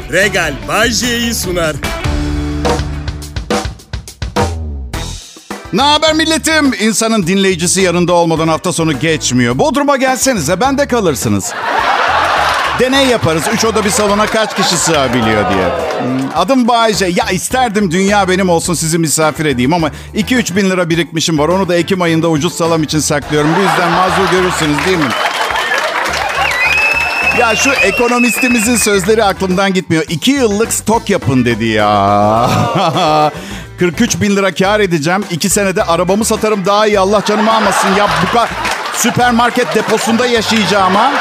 Regal Bajje'yi sunar. Ne haber milletim? İnsanın dinleyicisi yanında olmadan hafta sonu geçmiyor. Bodrum'a gelsenize, bende kalırsınız. Deney yaparız. 3 oda bir salona kaç kişi sığabiliyor diye. Adım Bayece. Ya isterdim dünya benim olsun, sizi misafir edeyim ama 2-3 bin lira birikmişim var. Onu da Ekim ayında ucuz salam için saklıyorum. Bu yüzden mazur görürsünüz değil mi? Ya şu ekonomistimizin sözleri aklımdan gitmiyor. 2 yıllık stok yapın dedi ya. 43 bin lira kar edeceğim. 2 senede arabamı satarım daha iyi. Allah canımı almasın. Ya bu kadar süpermarket deposunda yaşayacağım ha.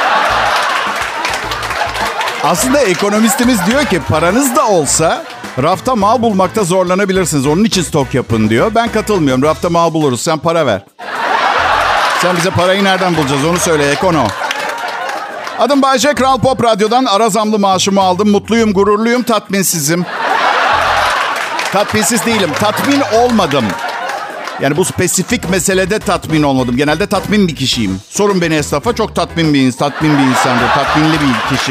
Aslında ekonomistimiz diyor ki paranız da olsa rafta mal bulmakta zorlanabilirsiniz. Onun için stok yapın diyor. Ben katılmıyorum. Rafta mal buluruz. Sen para ver. Sen bize parayı nereden bulacağız onu söyle ekono. Adım Bayece, Kral Pop Radyo'dan ara zamlı maaşımı aldım. Mutluyum, gururluyum, tatminsizim. Tatminsiz değilim. Tatmin olmadım. Yani bu spesifik meselede tatmin olmadım. Genelde tatmin bir kişiyim. Sorun beni esnafa, çok tatmin bir insandır. Tatminli bir kişi.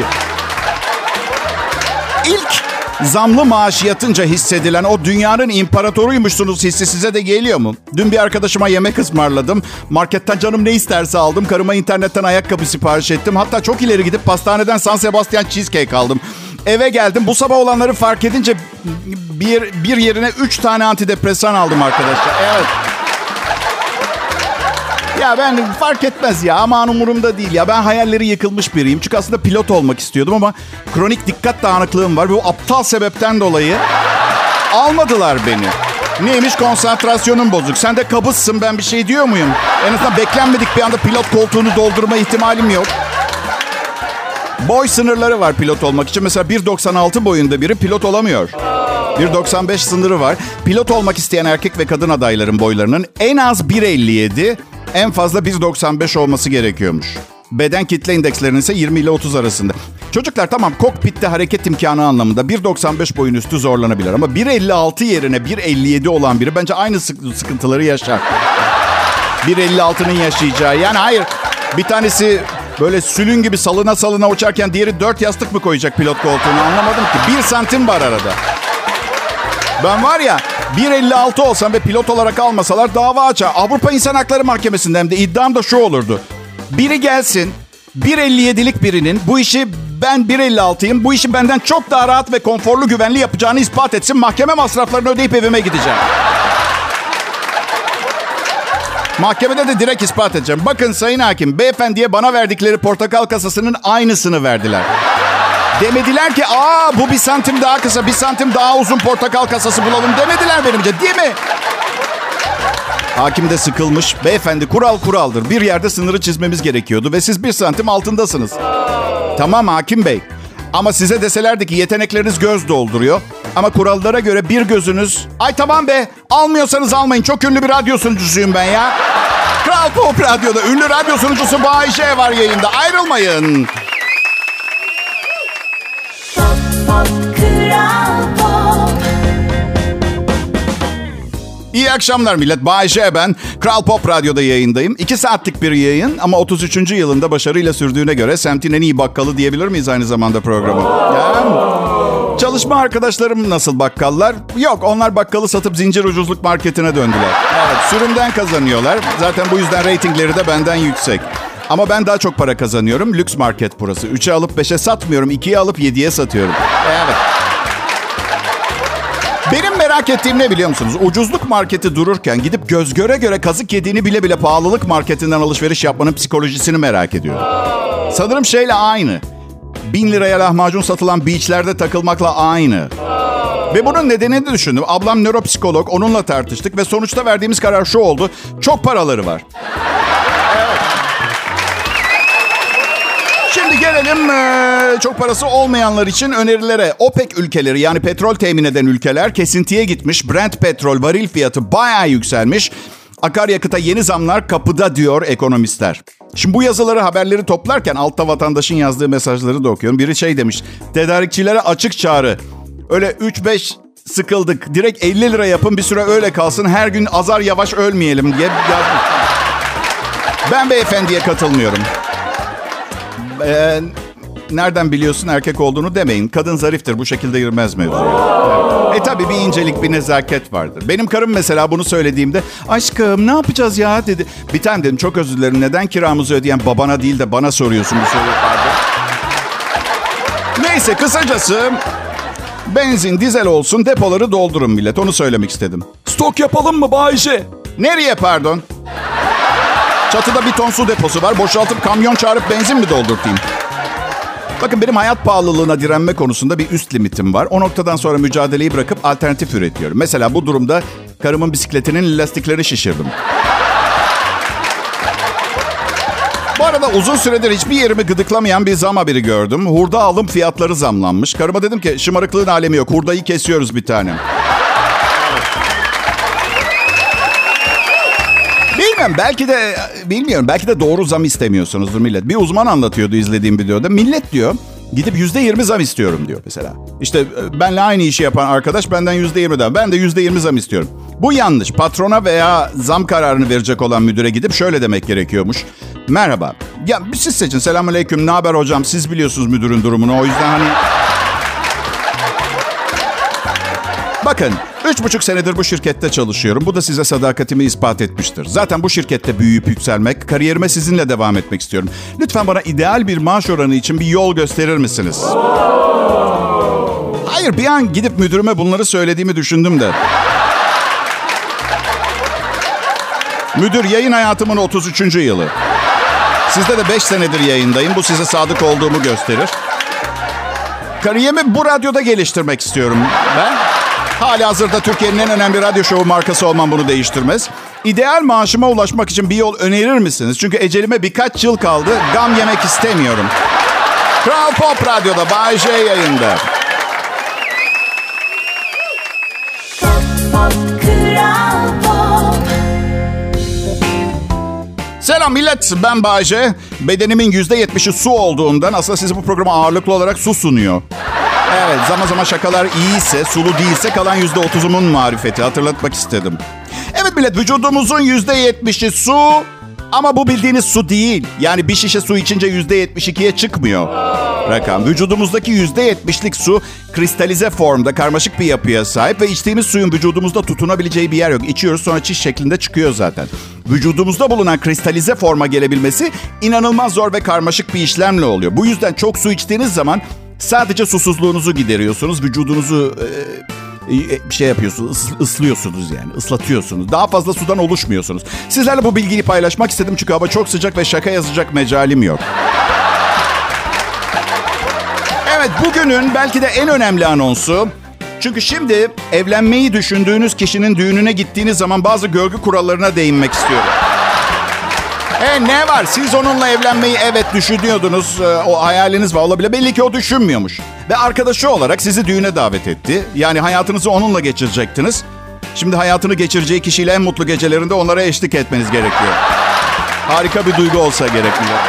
İlk zamlı maaş yatınca hissedilen o dünyanın imparatoruymuşsunuz hissi size de geliyor mu? Dün bir arkadaşıma yemek ısmarladım. Marketten canım ne isterse aldım. Karıma internetten ayakkabı sipariş ettim. Hatta çok ileri gidip pastaneden San Sebastian cheesecake aldım. Eve geldim. Bu sabah olanları fark edince bir yerine 3 tane antidepresan aldım arkadaşlar. Evet. Ya ben fark etmez ya. Aman umurumda değil ya. Ben hayalleri yıkılmış biriyim. Çünkü aslında pilot olmak istiyordum ama kronik dikkat dağınıklığım var. Ve o aptal sebepten dolayı almadılar beni. Neymiş? Konsantrasyonum bozuk. Sen de kabızsın, ben bir şey diyor muyum? En azından beklenmedik bir anda pilot koltuğunu doldurma ihtimalim yok. Boy sınırları var pilot olmak için. Mesela 1.96 boyunda biri pilot olamıyor. 1.95 sınırı var. Pilot olmak isteyen erkek ve kadın adayların boylarının en az 1.57, en fazla 1.95 olması gerekiyormuş. Beden kitle indekslerinin ise 20 ile 30 arasında. Çocuklar tamam, kokpitte hareket imkanı anlamında 1.95 boyun üstü zorlanabilir. Ama 1.56 yerine 1.57 olan biri bence aynı sıkıntıları yaşar. 1.56'nın yaşayacağı. Yani hayır, bir tanesi böyle sülün gibi salına salına uçarken diğeri 4 yastık mı koyacak pilot koltuğuna, anlamadım ki. 1 santim var arada. Ben var ya 1.56 olsam ve pilot olarak almasalar dava açar. Avrupa İnsan Hakları Mahkemesi'nde, hem de iddiam da şu olurdu. Biri gelsin 1.57'lik birinin bu işi, ben 1.56'yım, bu işi benden çok daha rahat ve konforlu, güvenli yapacağını ispat etsin. Mahkeme masraflarını ödeyip evime gideceğim. Mahkemede de direkt ispat edeceğim. Bakın sayın hakim, beyefendiye bana verdikleri portakal kasasının aynısını verdiler. Demediler ki bu 1 santim daha kısa, 1 santim daha uzun portakal kasası bulalım demediler benimce, değil mi? Hakim de sıkılmış. Beyefendi, kural kuraldır. Bir yerde sınırı çizmemiz gerekiyordu ve siz 1 santim altındasınız. Tamam hakim bey. Ama size deselerdi ki yetenekleriniz göz dolduruyor. Ama kurallara göre bir gözünüz... Ay tamam be, almıyorsanız almayın. Çok ünlü bir radyo sunucusuyum ben ya. Kral Pop Radyo'da ünlü radyo sunucusu Bayece var yayında. Ayrılmayın. İyi akşamlar millet. Bayece ben. Kral Pop Radyo'da yayındayım. 2 saatlik bir yayın ama 33. yılında başarıyla sürdüğüne göre semtin en iyi bakkalı diyebilir miyiz aynı zamanda programa? Çalışma arkadaşlarım nasıl bakkallar? Yok, onlar bakkalı satıp zincir ucuzluk marketine döndüler. Evet, sürümden kazanıyorlar. Zaten bu yüzden reytingleri de benden yüksek. Ama ben daha çok para kazanıyorum. Lüks market burası. 3'e alıp 5'e satmıyorum. 2'ye alıp 7'ye satıyorum. Evet. Benim merak ettiğim ne biliyor musunuz? Ucuzluk marketi dururken gidip göz göre göre kazık yediğini bile bile pahalılık marketinden alışveriş yapmanın psikolojisini merak ediyorum. Sanırım şeyle aynı. 1000 liraya lahmacun satılan beachlerde takılmakla aynı. Ve bunun nedenini düşündüm. Ablam nöropsikolog, onunla tartıştık ve sonuçta verdiğimiz karar şu oldu. Çok paraları var. Şimdi gelelim çok parası olmayanlar için önerilere. OPEC ülkeleri, yani petrol temin eden ülkeler kesintiye gitmiş. Brent petrol varil fiyatı bayağı yükselmiş. Akaryakıta yeni zamlar kapıda diyor ekonomistler. Şimdi bu yazıları, haberleri toplarken altta vatandaşın yazdığı mesajları da okuyorum. Biri şey demiş: tedarikçilere açık çağrı. Öyle 3-5 sıkıldık, direkt 50 lira yapın, bir süre öyle kalsın, her gün azar yavaş ölmeyelim diye yazmış. Ben beyefendiye katılmıyorum. nereden biliyorsun erkek olduğunu demeyin. Kadın zariftir, bu şekilde girmez mevzuya. Tabii bir incelik, bir nezaket vardır. Benim karım mesela bunu söylediğimde aşkım ne yapacağız ya dedi. Bir tane dedim çok özür dilerim, neden kiramızı ödeyen babana değil de bana soruyorsun bu soruyu pardon. Neyse kısacası benzin dizel olsun, depoları doldurun millet, onu söylemek istedim. Stok yapalım mı Bayce? Nereye pardon? Çatıda bir ton su deposu var. Boşaltıp kamyon çağırıp benzin mi doldurtayım? Bakın benim hayat pahalılığına direnme konusunda bir üst limitim var. O noktadan sonra mücadeleyi bırakıp alternatif üretiyorum. Mesela bu durumda karımın bisikletinin lastiklerini şişirdim. Bu arada uzun süredir hiçbir yerimi gıdıklamayan bir zam haberi gördüm. Hurda alım fiyatları zamlanmış. Karıma dedim ki şımarıklığın alemi yok. Hurdayı kesiyoruz bir tane. Bilmiyorum belki de doğru zam istemiyorsunuzdur millet. Bir uzman anlatıyordu izlediğim videoda. Millet diyor gidip %20 zam istiyorum diyor mesela. İşte benle aynı işi yapan arkadaş benden %20 daha. Ben de %20 zam istiyorum. Bu yanlış. Patrona veya zam kararını verecek olan müdüre gidip şöyle demek gerekiyormuş. Merhaba. Ya siz seçin. Selamünaleyküm. Ne haber hocam? Siz biliyorsunuz müdürün durumunu. O yüzden hani... Bakın 3,5 senedir bu şirkette çalışıyorum. Bu da size sadakatimi ispat etmiştir. Zaten bu şirkette büyüyüp yükselmek, kariyerime sizinle devam etmek istiyorum. Lütfen bana ideal bir maaş oranı için bir yol gösterir misiniz? Hayır, bir an gidip müdürüme bunları söylediğimi düşündüm de. Müdür, yayın hayatımın 33. yılı. Sizde de 5 senedir yayındayım. Bu size sadık olduğumu gösterir. Kariyerimi bu radyoda geliştirmek istiyorum ben. Halihazırda Türkiye'nin en önemli radyo şovu markası olmam bunu değiştirmez. İdeal maaşıma ulaşmak için bir yol önerir misiniz? Çünkü ecelime birkaç yıl kaldı. Gam yemek istemiyorum. Kral Pop Radyo'da Bay J yayında. Pop, pop, Kral Pop. Selam millet, ben Bay J. Bedenimin %70'i su olduğundan aslında size bu programa ağırlıklı olarak su sunuyor. Evet, zaman zaman şakalar iyiyse, sulu değilse kalan %30'umun marifeti. Hatırlatmak istedim. Evet millet, vücudumuzun %70'i su ama bu bildiğiniz su değil. Yani bir şişe su içince %72'ye çıkmıyor rakam. Vücudumuzdaki %70'lik su kristalize formda karmaşık bir yapıya sahip ve içtiğimiz suyun vücudumuzda tutunabileceği bir yer yok. İçiyoruz, sonra çiş şeklinde çıkıyor zaten. Vücudumuzda bulunan kristalize forma gelebilmesi inanılmaz zor ve karmaşık bir işlemle oluyor. Bu yüzden çok su içtiğiniz zaman sadece susuzluğunuzu gideriyorsunuz. Vücudunuzu şey yapıyorsunuz, ıslıyorsunuz yani. Islatıyorsunuz. Daha fazla sudan oluşmuyorsunuz. Sizlerle bu bilgiyi paylaşmak istedim çünkü hava çok sıcak ve şaka yazacak mecalim yok. Evet, bugünün belki de en önemli anonsu. Çünkü şimdi evlenmeyi düşündüğünüz kişinin düğününe gittiğiniz zaman bazı görgü kurallarına değinmek istiyorum. Ne var? Siz onunla evlenmeyi evet düşünüyordunuz. O hayaliniz var olabilir. Belli ki o düşünmüyormuş. Ve arkadaşı olarak sizi düğüne davet etti. Yani hayatınızı onunla geçirecektiniz. Şimdi hayatını geçireceği kişiyle en mutlu gecelerinde onlara eşlik etmeniz gerekiyor. Harika bir duygu olsa gerekiyor.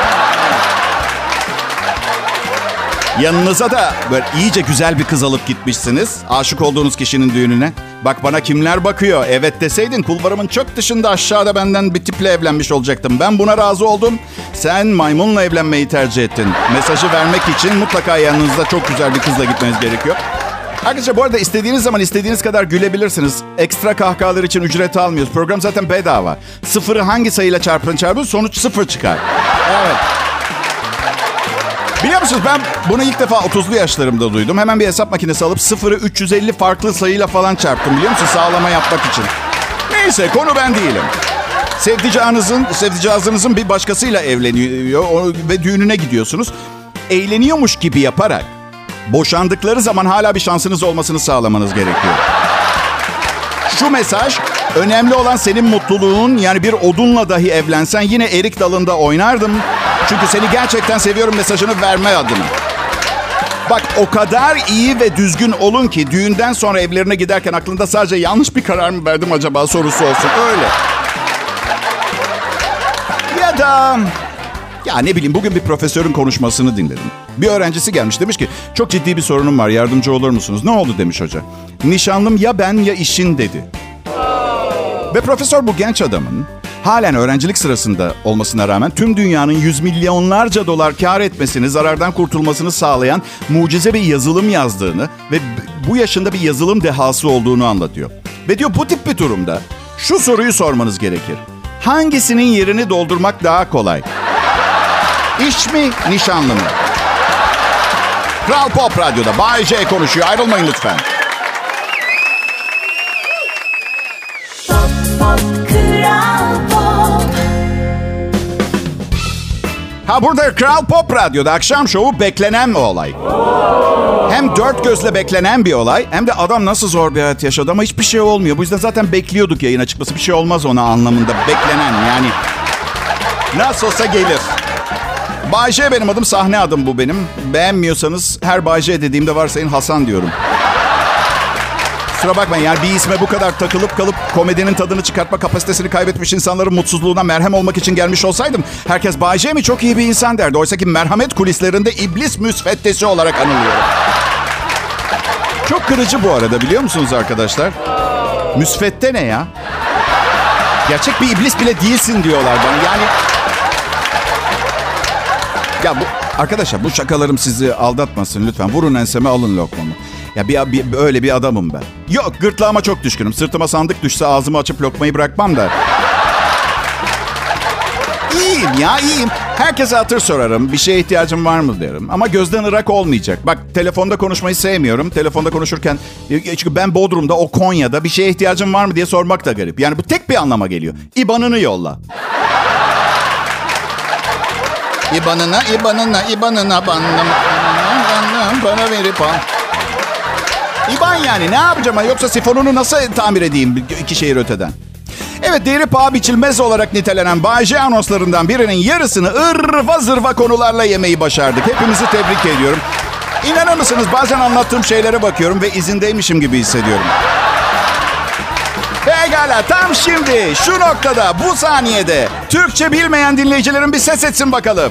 Yanınıza da böyle iyice güzel bir kız alıp gitmişsiniz. Aşık olduğunuz kişinin düğününe. Bak bana kimler bakıyor. Evet deseydin kulvarımın çok dışında aşağıda benden bir tiple evlenmiş olacaktım. Ben buna razı oldum. Sen maymunla evlenmeyi tercih ettin. Mesajı vermek için mutlaka yanınızda çok güzel bir kızla gitmeniz gerekiyor. Arkadaşlar bu arada istediğiniz zaman istediğiniz kadar gülebilirsiniz. Ekstra kahkahalar için ücret almıyoruz. Program zaten bedava. Sıfırı hangi sayıyla çarpın sonuç 0 çıkar. Evet. Biliyor musunuz ben bunu ilk defa 30'lu yaşlarımda duydum. Hemen bir hesap makinesi alıp 0'ı 350 farklı sayıyla falan çarptım biliyor musun? Sağlama yapmak için. Neyse konu ben değilim. Sevdicağızınızın bir başkasıyla evleniyor ve düğününe gidiyorsunuz. Eğleniyormuş gibi yaparak boşandıkları zaman hala bir şansınız olmasını sağlamanız gerekiyor. Şu mesaj, önemli olan senin mutluluğun. Yani bir odunla dahi evlensen yine erik dalında oynardım. Çünkü seni gerçekten seviyorum mesajını verme adına. Bak o kadar iyi ve düzgün olun ki düğünden sonra evlerine giderken aklında sadece yanlış bir karar mı verdim acaba sorusu olsun. Öyle. Ya da... Ya ne bileyim bugün bir profesörün konuşmasını dinledim. Bir öğrencisi gelmiş demiş ki çok ciddi bir sorunum var yardımcı olur musunuz? Ne oldu demiş hoca. Nişanlım ya ben ya işin dedi. Ve profesör bu genç adamın halen öğrencilik sırasında olmasına rağmen tüm dünyanın yüz milyonlarca dolar kar etmesini, zarardan kurtulmasını sağlayan mucize bir yazılım yazdığını ve bu yaşında bir yazılım dehası olduğunu anlatıyor. Ve diyor bu tip bir durumda şu soruyu sormanız gerekir. Hangisinin yerini doldurmak daha kolay? İş mi, nişanlı mı? Kral Pop Radyo'da Bay J konuşuyor. Ayrılmayın lütfen. Ha burada Kral Pop Radyo'da akşam şovu beklenen bir olay. Hem dört gözle beklenen bir olay hem de adam nasıl zor bir hayat yaşadı ama hiçbir şey olmuyor. Bu yüzden zaten bekliyorduk yayına çıkması. Bir şey olmaz ona anlamında. Beklenen yani. Nasıl olsa gelir. Bay J benim adım, sahne adım bu benim. Beğenmiyorsanız her Bay J dediğimde varsayın Hasan diyorum. Kusura bakmayın yani bir isme bu kadar takılıp kalıp komedinin tadını çıkartma kapasitesini kaybetmiş insanların mutsuzluğuna merhem olmak için gelmiş olsaydım herkes Bay J mi çok iyi bir insan derdi. Oysa ki merhamet kulislerinde iblis müsveddesi olarak anılıyorum. Çok kırıcı bu arada biliyor musunuz arkadaşlar? Müsvedde ne ya? Gerçek bir iblis bile değilsin diyorlar bana yani. Ya bu arkadaşlar bu şakalarım sizi aldatmasın lütfen. Vurun enseme alın lokmamı. Ya öyle bir adamım ben. Yok gırtlağıma çok düşkünüm. Sırtıma sandık düşse ağzımı açıp lokmayı bırakmam da. İyiyim. Herkese hatır sorarım. Bir şeye ihtiyacım var mı derim. Ama gözden ırak olmayacak. Bak telefonda konuşmayı sevmiyorum. Telefonda konuşurken çünkü ben Bodrum'da o Konya'da bir şeye ihtiyacım var mı diye sormak da garip. Yani bu tek bir anlama geliyor. İban'ını yolla. İban'ına bana verip al. İban yani ne yapacağım yoksa sifonunu nasıl tamir edeyim 2 şehir öteden? Evet değeri paha biçilmez olarak nitelenen Bay J anonslarından birinin yarısını ırva zırva konularla yemeyi başardık. Hepimizi tebrik ediyorum. İnanır mısınız bazen anlattığım şeylere bakıyorum ve izindeymişim gibi hissediyorum. Pekala tam şimdi şu noktada bu saniyede Türkçe bilmeyen dinleyicilerin bir ses etsin bakalım.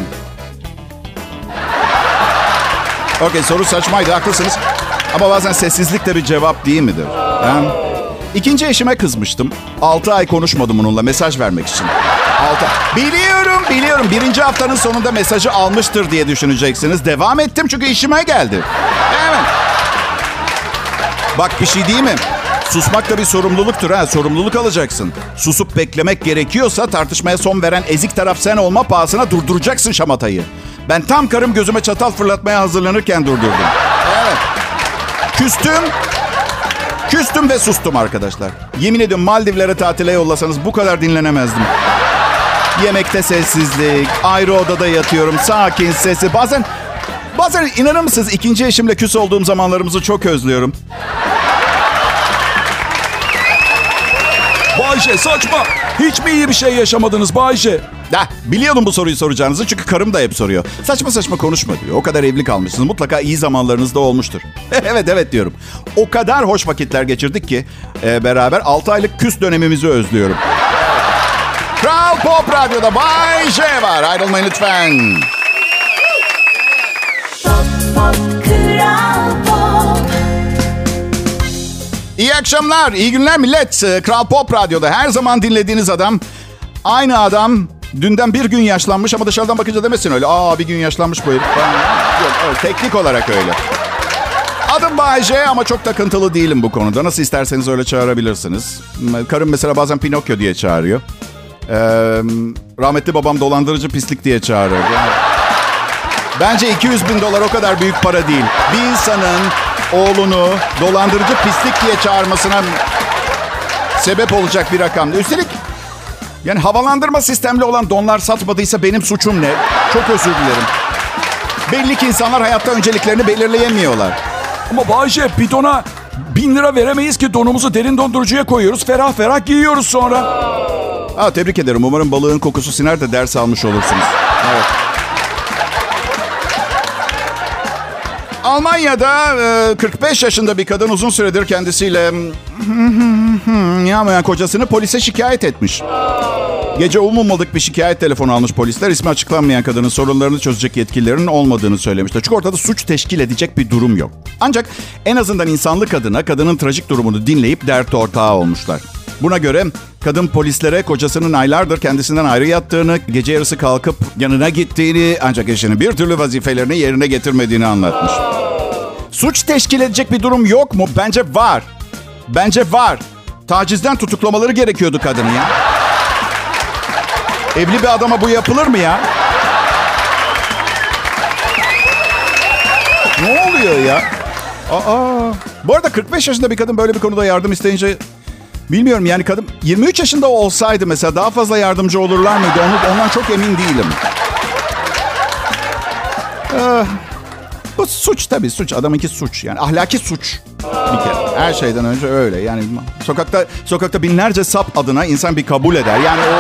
Okey soru saçmaydı haklısınız. Ama bazen sessizlik de bir cevap değil midir? İkinci eşime kızmıştım. 6 ay konuşmadım onunla mesaj vermek için. Biliyorum. Birinci haftanın sonunda mesajı almıştır diye düşüneceksiniz. Devam ettim çünkü işime geldi. Evet. Bak bir şey değil mi? Susmak da bir sorumluluktur ha. Sorumluluk alacaksın. Susup beklemek gerekiyorsa tartışmaya son veren ezik taraf sen olma pahasına durduracaksın şamatayı. Ben tam karım gözüme çatal fırlatmaya hazırlanırken durdurdum. Evet. Küstüm ve sustum arkadaşlar. Yemin ediyorum Maldivlere tatile yollasanız bu kadar dinlenemezdim. Yemekte sessizlik, ayrı odada yatıyorum, sakin sesi. Bazen inanır mısınız ikinci eşimle küs olduğum zamanlarımızı çok özlüyorum. Bay J saçma. Hiç mi iyi bir şey yaşamadınız Bay J? Biliyordum bu soruyu soracağınızı çünkü karım da hep soruyor. Saçma konuşma diyor. O kadar evli kalmışsınız. Mutlaka iyi zamanlarınız da olmuştur. evet diyorum. O kadar hoş vakitler geçirdik ki beraber 6 aylık küs dönemimizi özlüyorum. Kral Pop Radyo'da Bay J var. Ayrılmayın lütfen. İyi akşamlar, iyi günler millet. Kral Pop Radyo'da her zaman dinlediğiniz adam. Aynı adam. Dünden bir gün yaşlanmış ama dışarıdan bakınca demesin öyle. Bir gün yaşlanmış bu herif. Yok, evet, teknik olarak öyle. Adım Bay J ama çok takıntılı değilim bu konuda. Nasıl isterseniz öyle çağırabilirsiniz. Karım mesela bazen Pinokyo diye çağırıyor. Rahmetli babam dolandırıcı pislik diye çağırıyor. Bence 200 bin dolar o kadar büyük para değil. Bir insanın oğlunu dolandırıcı pislik diye çağırmasına sebep olacak bir rakam. Üstelik yani havalandırma sistemli olan donlar satmadıysa benim suçum ne? Çok özür dilerim. Belli ki insanlar hayatta önceliklerini belirleyemiyorlar. Ama Bay J bidona 1000 lira veremeyiz ki donumuzu derin dondurucuya koyuyoruz. Ferah ferah giyiyoruz sonra. Tebrik ederim. Umarım balığın kokusu siner de ders almış olursunuz. Evet. Almanya'da 45 yaşında bir kadın uzun süredir kendisiyle yani kocasını polise şikayet etmiş. Gece umulmadık bir şikayet telefonu almış polisler. İsmi açıklanmayan kadının sorunlarını çözecek yetkililerinin olmadığını söylemişler. Çünkü ortada suç teşkil edecek bir durum yok. Ancak en azından insanlık adına kadının trajik durumunu dinleyip dert ortağı olmuşlar. Buna göre Kadın polislere kocasının aylardır kendisinden ayrı yattığını, gece yarısı kalkıp yanına gittiğini ancak eşinin bir türlü vazifelerini yerine getirmediğini anlatmış. Suç teşkil edecek bir durum yok mu? Bence var. Bence var. Tacizden tutuklamaları gerekiyordu kadını ya. Evli bir adama bu yapılır mı ya? Ne oluyor ya? Bu arada 45 yaşında bir kadın böyle bir konuda yardım isteyince bilmiyorum yani kadın 23 yaşında olsaydı mesela daha fazla yardımcı olurlar mıydı? Ondan çok emin değilim. Bu suç tabii suç. Adamınki suç. Yani ahlaki suç bir kere. Her şeyden önce öyle. Yani sokakta binlerce sap adına insan bir kabul eder. Yani o...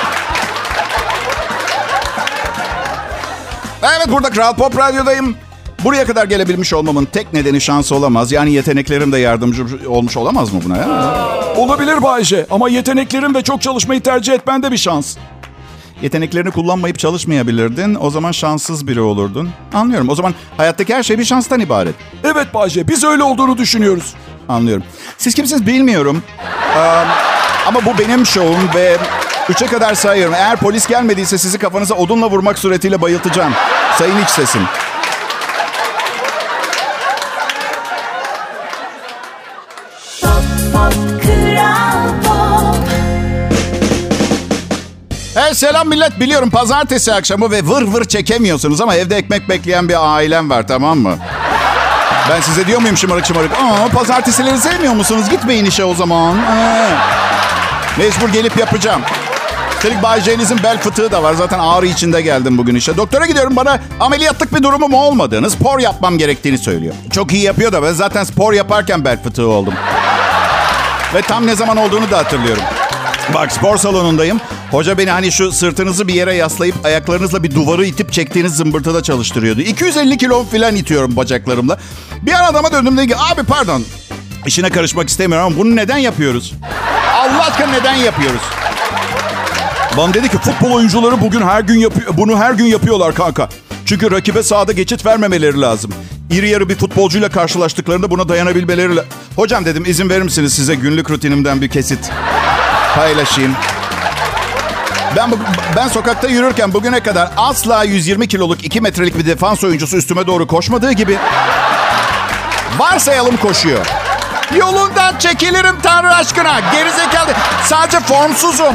Evet, burada Kral Pop Radyo'dayım. Buraya kadar gelebilmiş olmamın tek nedeni şans olamaz. Yani yeteneklerim de yardımcı olmuş olamaz mı buna ya? Olabilir Bayce ama yeteneklerin ve çok çalışmayı tercih etmen de bir şans. Yeteneklerini kullanmayıp çalışmayabilirdin. O zaman şanssız biri olurdun. Anlıyorum. O zaman hayattaki her şey bir şanstan ibaret. Evet Bayce, biz öyle olduğunu düşünüyoruz. Anlıyorum. Siz kimsiniz bilmiyorum. Ama bu benim şovum ve 3'e kadar sayıyorum. Eğer polis gelmediyse sizi kafanıza odunla vurmak suretiyle bayıltacağım. Sayın iç sesim. Hey, selam millet. Biliyorum pazartesi akşamı ve vır vır çekemiyorsunuz ama evde ekmek bekleyen bir ailem var, tamam mı? Ben size diyor muyum şımarık şımarık? Pazartesileri sevmiyor musunuz? Gitmeyin işe o zaman. Mecbur gelip yapacağım. Üstelik Bay J'nizin bel fıtığı da var. Zaten ağrı içinde geldim bugün işe. Doktora gidiyorum, bana ameliyatlık bir durumum olmadığını, spor yapmam gerektiğini söylüyor. Çok iyi yapıyor da ben zaten spor yaparken bel fıtığı oldum. Ve tam ne zaman olduğunu da hatırlıyorum. Bak, spor salonundayım. Hoca beni hani şu sırtınızı bir yere yaslayıp ayaklarınızla bir duvarı itip çektiğiniz zımbırtıda çalıştırıyordu. 250 kilo falan itiyorum bacaklarımla. Bir an adama döndüm, dedi ki abi pardon, işine karışmak istemiyorum ama bunu neden yapıyoruz? Allah aşkına neden yapıyoruz? Bana dedi ki futbol oyuncuları bunu her gün yapıyorlar kanka. Çünkü rakibe sahada geçit vermemeleri lazım. İri yarı bir futbolcuyla karşılaştıklarında buna dayanabilmeleri lazım. Hocam dedim, izin verir misiniz size günlük rutinimden bir kesit paylaşayım? Ben sokakta yürürken bugüne kadar asla 120 kiloluk 2 metrelik bir defans oyuncusu üstüme doğru koşmadığı gibi varsayalım koşuyor. Yolundan çekilirim Tanrı aşkına. Gerizekalı. Sadece formsuzum.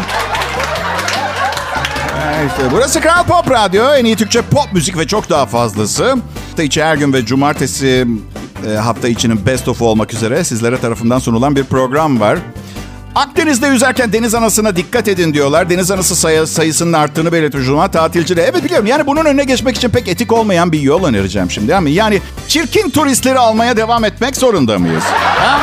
İşte burası Kral Pop Radyo. En iyi Türkçe pop müzik ve çok daha fazlası. Hafta içi her gün ve cumartesi hafta içinin best of'u olmak üzere sizlere tarafından sunulan bir program var. Akdeniz'de yüzerken deniz anasına dikkat edin diyorlar. Deniz anası sayısının arttığını belirtiyor tatilci de. Evet biliyorum, yani bunun önüne geçmek için pek etik olmayan bir yol önereceğim şimdi. Ama yani çirkin turistleri almaya devam etmek zorunda mıyız? Ha?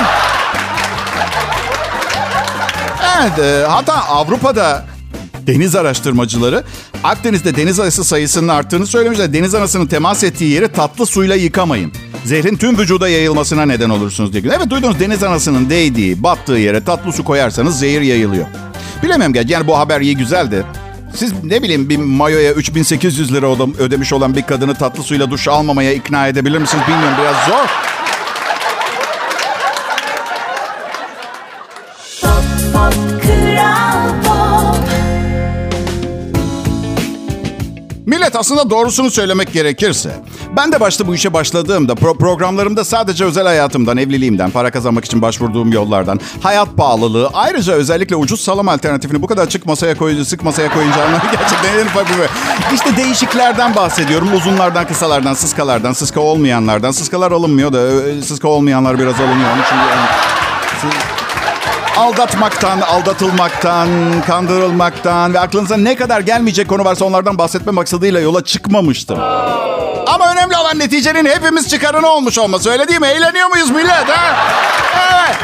Evet, hatta Avrupa'da deniz araştırmacıları Akdeniz'de deniz anası sayısının arttığını söylemişler. Deniz anasının temas ettiği yeri tatlı suyla yıkamayın. Zehrin tüm vücuda yayılmasına neden olursunuz diye. Evet, duydunuz, deniz anasının değdiği, battığı yere tatlı su koyarsanız zehir yayılıyor. Bilemiyorum gerçi, yani bu haber iyi güzel de. Siz ne bileyim bir mayoya 3800 lira ödemiş olan bir kadını tatlı suyla duş almamaya ikna edebilir misiniz bilmiyorum, biraz zor. Millet, aslında doğrusunu söylemek gerekirse ben de başta bu işe başladığımda programlarımda sadece özel hayatımdan, evliliğimden, para kazanmak için başvurduğum yollardan, hayat pahalılığı, ayrıca özellikle ucuz salam alternatifini bu kadar sık masaya koyunca gerçekten en ufak bir işte değişiklerden bahsediyorum. Uzunlardan, kısalardan, sıskalardan, sıska olmayanlardan. Sıskalar alınmıyor da sıska olmayanlar biraz alınıyor. Onun için aldatmaktan, aldatılmaktan, kandırılmaktan ve aklınıza ne kadar gelmeyecek konu varsa onlardan bahsetme maksadıyla yola çıkmamıştım. Ama önemli olan neticenin hepimiz çıkarını olmuş olması, öyle değil mi? Eğleniyor muyuz millet? Ha? Evet.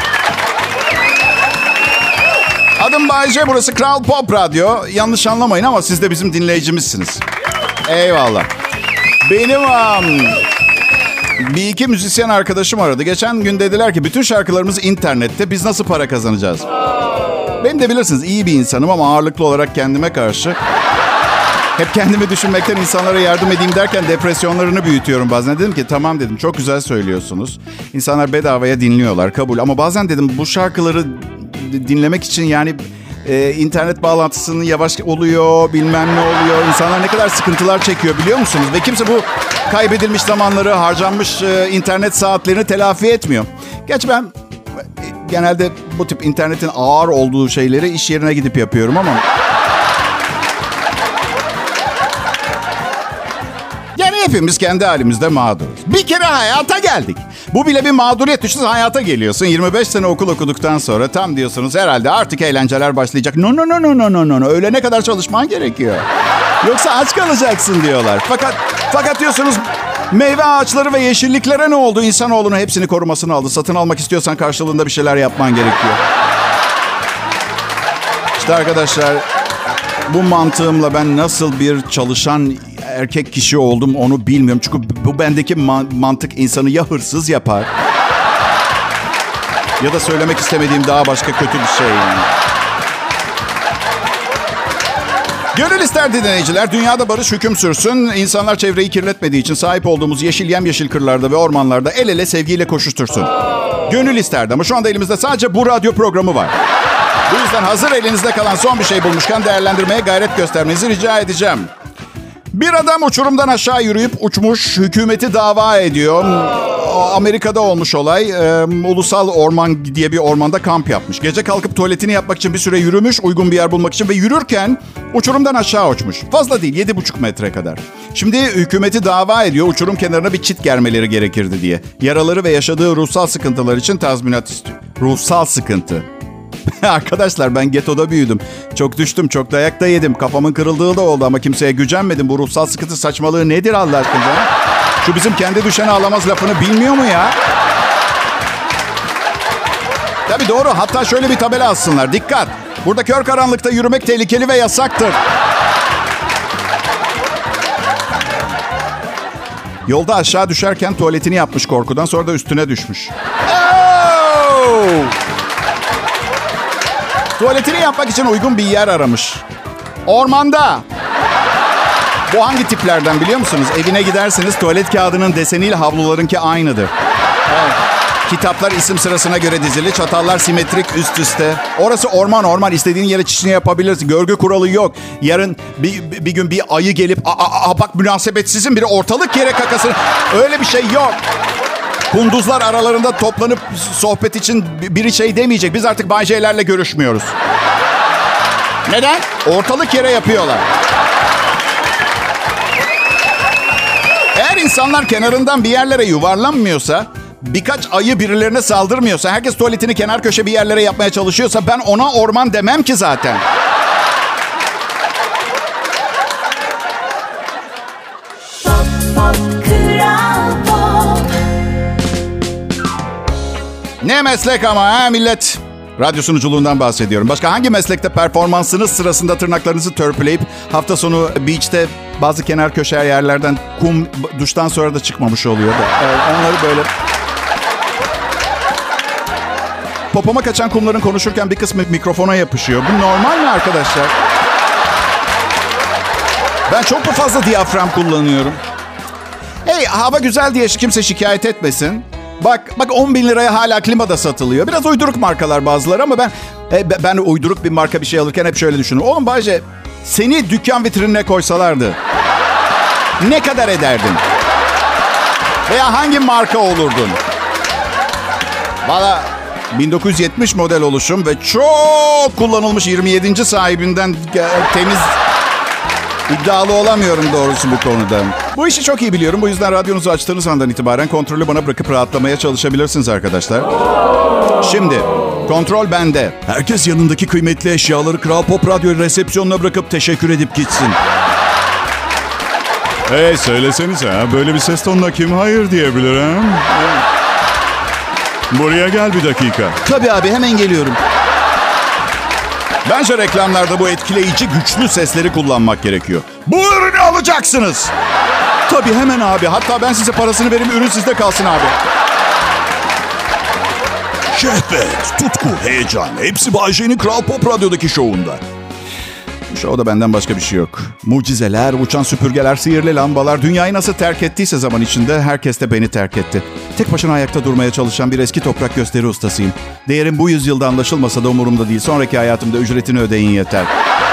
Adım Bay J, burası Kral Pop Radyo. Yanlış anlamayın ama siz de bizim dinleyicimizsiniz. Eyvallah. Benim bir iki müzisyen arkadaşım aradı. Geçen gün dediler ki bütün şarkılarımız internette, biz nasıl para kazanacağız? Benim de bilirsiniz iyi bir insanım ama ağırlıklı olarak kendime karşı. Hep kendimi düşünmekten insanlara yardım edeyim derken depresyonlarını büyütüyorum bazen. Dedim ki tamam dedim, çok güzel söylüyorsunuz. İnsanlar bedavaya dinliyorlar, kabul. Ama bazen dedim bu şarkıları dinlemek için yani internet bağlantısının yavaş oluyor, bilmem ne oluyor. İnsanlar ne kadar sıkıntılar çekiyor biliyor musunuz? Ve kimse bu kaybedilmiş zamanları, harcanmış internet saatlerini telafi etmiyor. Gerçi ben genelde bu tip internetin ağır olduğu şeyleri iş yerine gidip yapıyorum ama... Yani hepimiz kendi halimizde mağduruz. Bir kere hayata geldik. Bu bile bir mağduriyet. Düşünsene, hayata geliyorsun. 25 sene okul okuduktan sonra tam diyorsunuz herhalde artık eğlenceler başlayacak. No. Öğlene kadar çalışman gerekiyor. Yoksa aç kalacaksın diyorlar. Fakat diyorsunuz meyve ağaçları ve yeşilliklere ne oldu? İnsanoğlunun hepsini korumasını aldı. Satın almak istiyorsan karşılığında bir şeyler yapman gerekiyor. İşte arkadaşlar, bu mantığımla ben nasıl bir çalışan erkek kişi oldum onu bilmiyorum. Çünkü bu bendeki mantık insanı ya hırsız yapar ya da söylemek istemediğim daha başka kötü bir şey yani. Gönül ister dinleyiciler, dünyada barış hüküm sürsün. İnsanlar çevreyi kirletmediği için sahip olduğumuz yeşil yemyeşil kırlarda ve ormanlarda el ele sevgiyle koşuştursun. Gönül isterdi ama şu anda elimizde sadece bu radyo programı var. Bu yüzden hazır elinizde kalan son bir şey bulmuşken değerlendirmeye gayret göstermenizi rica edeceğim. Bir adam uçurumdan aşağı yürüyüp uçmuş, hükümeti dava ediyor. Amerika'da olmuş olay. Ulusal Orman diye bir ormanda kamp yapmış. Gece kalkıp tuvaletini yapmak için bir süre yürümüş, uygun bir yer bulmak için ve yürürken uçurumdan aşağı uçmuş. Fazla değil, 7,5 metre kadar. Şimdi hükümeti dava ediyor, uçurum kenarına bir çit germeleri gerekirdi diye. Yaraları ve yaşadığı ruhsal sıkıntılar için tazminat istiyor. Ruhsal sıkıntı. Arkadaşlar, ben getoda büyüdüm. Çok düştüm, çok dayak da yedim. Kafamın kırıldığı da oldu ama kimseye gücenmedim. Bu ruhsal sıkıntı saçmalığı nedir Allah aşkına? Şu bizim kendi düşene ağlamaz lafını bilmiyor mu ya? Tabii doğru. Hatta şöyle bir tabela assınlar. Dikkat! Burada kör karanlıkta yürümek tehlikeli ve yasaktır. Yolda aşağı düşerken tuvaletini yapmış korkudan. Sonra da üstüne düşmüş. Oh! Tuvaletini yapmak için uygun bir yer aramış. Ormanda. Bu hangi tiplerden biliyor musunuz? Evine gidersiniz, tuvalet kağıdının deseniyle havlularınki aynıdır. Evet. Kitaplar isim sırasına göre dizili, çatallar simetrik üst üste. Orası orman, istediğin yere çişini yapabilirsin. Görgü kuralı yok. Yarın bir gün bir ayı gelip bak münasebetsizin biri ortalık yere kakasını... Öyle bir şey yok. Kunduzlar aralarında toplanıp sohbet için biri şey demeyecek. Biz artık Bay J'lerle görüşmüyoruz. Neden? Ortalık yere yapıyorlar. Eğer insanlar kenarından bir yerlere yuvarlanmıyorsa, birkaç ayı birilerine saldırmıyorsa, herkes tuvaletini kenar köşe bir yerlere yapmaya çalışıyorsa ben ona orman demem ki zaten. Ne meslek ama ha millet? Radyo sunuculuğundan bahsediyorum. Başka hangi meslekte performansınız sırasında tırnaklarınızı törpüleyip hafta sonu beach'te bazı kenar köşe yerlerden kum duştan sonra da çıkmamış oluyor da. Onları böyle... Popoma kaçan kumların konuşurken bir kısmı mikrofona yapışıyor. Bu normal mi arkadaşlar? Ben çok mu fazla diyafram kullanıyorum? Hey, hava güzel diye kimse şikayet etmesin. Bak 10 bin liraya hala klimada satılıyor. Biraz uyduruk markalar bazıları ama ben uyduruk bir marka bir şey alırken hep şöyle düşünüyorum. Oğlum Bayce, seni dükkan vitrinine koysalardı ne kadar ederdin? Veya hangi marka olurdun? Valla 1970 model oluşum ve çok kullanılmış 27. sahibinden temiz... İddialı olamıyorum doğrusu bu konuda. Bu işi çok iyi biliyorum. Bu yüzden radyonuzu açtığınız andan itibaren kontrolü bana bırakıp rahatlamaya çalışabilirsiniz arkadaşlar. Şimdi kontrol bende. Herkes yanındaki kıymetli eşyaları Kral Pop Radyo resepsiyonuna bırakıp teşekkür edip gitsin. Hey söylesenize ha, böyle bir ses tonuna kim hayır diyebilir ha? Buraya gel bir dakika. Tabii abi, hemen geliyorum. Bence reklamlarda bu etkileyici, güçlü sesleri kullanmak gerekiyor. Bu ürünü alacaksınız. Tabii hemen abi. Hatta ben size parasını vereyim, ürün sizde kalsın abi. Şehvet, tutku, heyecan. Hepsi Bay J'nin Kral Pop Radyo'daki şovunda. Şovda benden başka bir şey yok. Mucizeler, uçan süpürgeler, sihirli lambalar. Dünyayı nasıl terk ettiyse zaman içinde herkes de beni terk etti. Tek başına ayakta durmaya çalışan bir eski toprak gösteri ustasıyım. Değerim bu yüzyılda anlaşılmasa da umurumda değil. Sonraki hayatımda ücretini ödeyin yeter.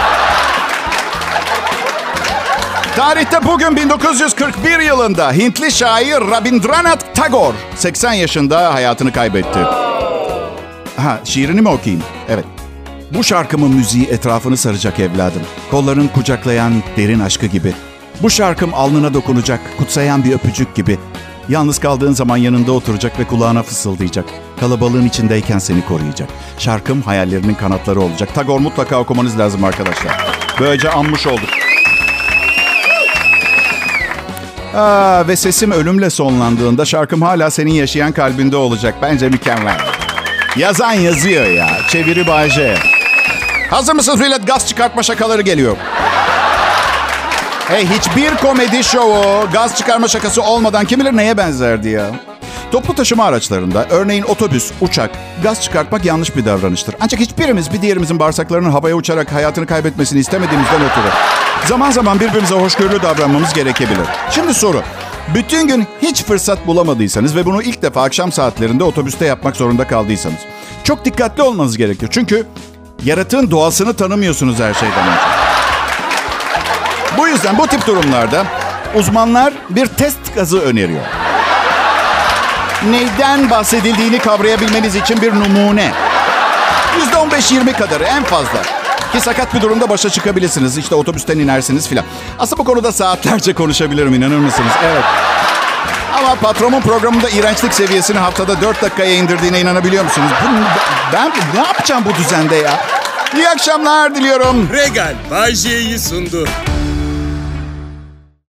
Tarihte bugün 1941 yılında Hintli şair Rabindranath Tagore 80 yaşında hayatını kaybetti. Şiirini mi okuyayım? Evet. Bu şarkımın müziği etrafını saracak evladım. Kolların kucaklayan derin aşkı gibi. Bu şarkım alnına dokunacak, kutsayan bir öpücük gibi. Yalnız kaldığın zaman yanında oturacak ve kulağına fısıldayacak. Kalabalığın içindeyken seni koruyacak. Şarkım hayallerinin kanatları olacak. Tagore mutlaka okumanız lazım arkadaşlar. Böylece anmış olduk. Ve sesim ölümle sonlandığında şarkım hala senin yaşayan kalbinde olacak. Bence mükemmel. Yazan yazıyor ya. Çeviri Bayce. Hazır mısınız millet? Gaz çıkartma şakaları geliyor. Hiçbir komedi şovu gaz çıkarma şakası olmadan kim bilir neye benzerdi ya. Toplu taşıma araçlarında, örneğin otobüs, uçak, gaz çıkartmak yanlış bir davranıştır. Ancak hiçbirimiz bir diğerimizin bağırsaklarının havaya uçarak hayatını kaybetmesini istemediğimizden ötürü zaman zaman birbirimize hoşgörülü davranmamız gerekebilir. Şimdi soru. Bütün gün hiç fırsat bulamadıysanız ve bunu ilk defa akşam saatlerinde otobüste yapmak zorunda kaldıysanız çok dikkatli olmanız gerekiyor. Çünkü yaratığın doğasını tanımıyorsunuz her şeyden önce. Bu yüzden bu tip durumlarda uzmanlar bir test gazı öneriyor. Neyden bahsedildiğini kavrayabilmeniz için bir numune. %15-20 kadarı en fazla. Ki sakat bir durumda başa çıkabilirsiniz. İşte otobüsten inersiniz filan. Aslında bu konuda saatlerce konuşabilirim, inanır mısınız? Evet. Ama patronun programında iğrençlik seviyesini haftada 4 dakikaya indirdiğine inanabiliyor musunuz? Ben ne yapacağım bu düzende ya? İyi akşamlar diliyorum. Regal Bay J'yi sundu.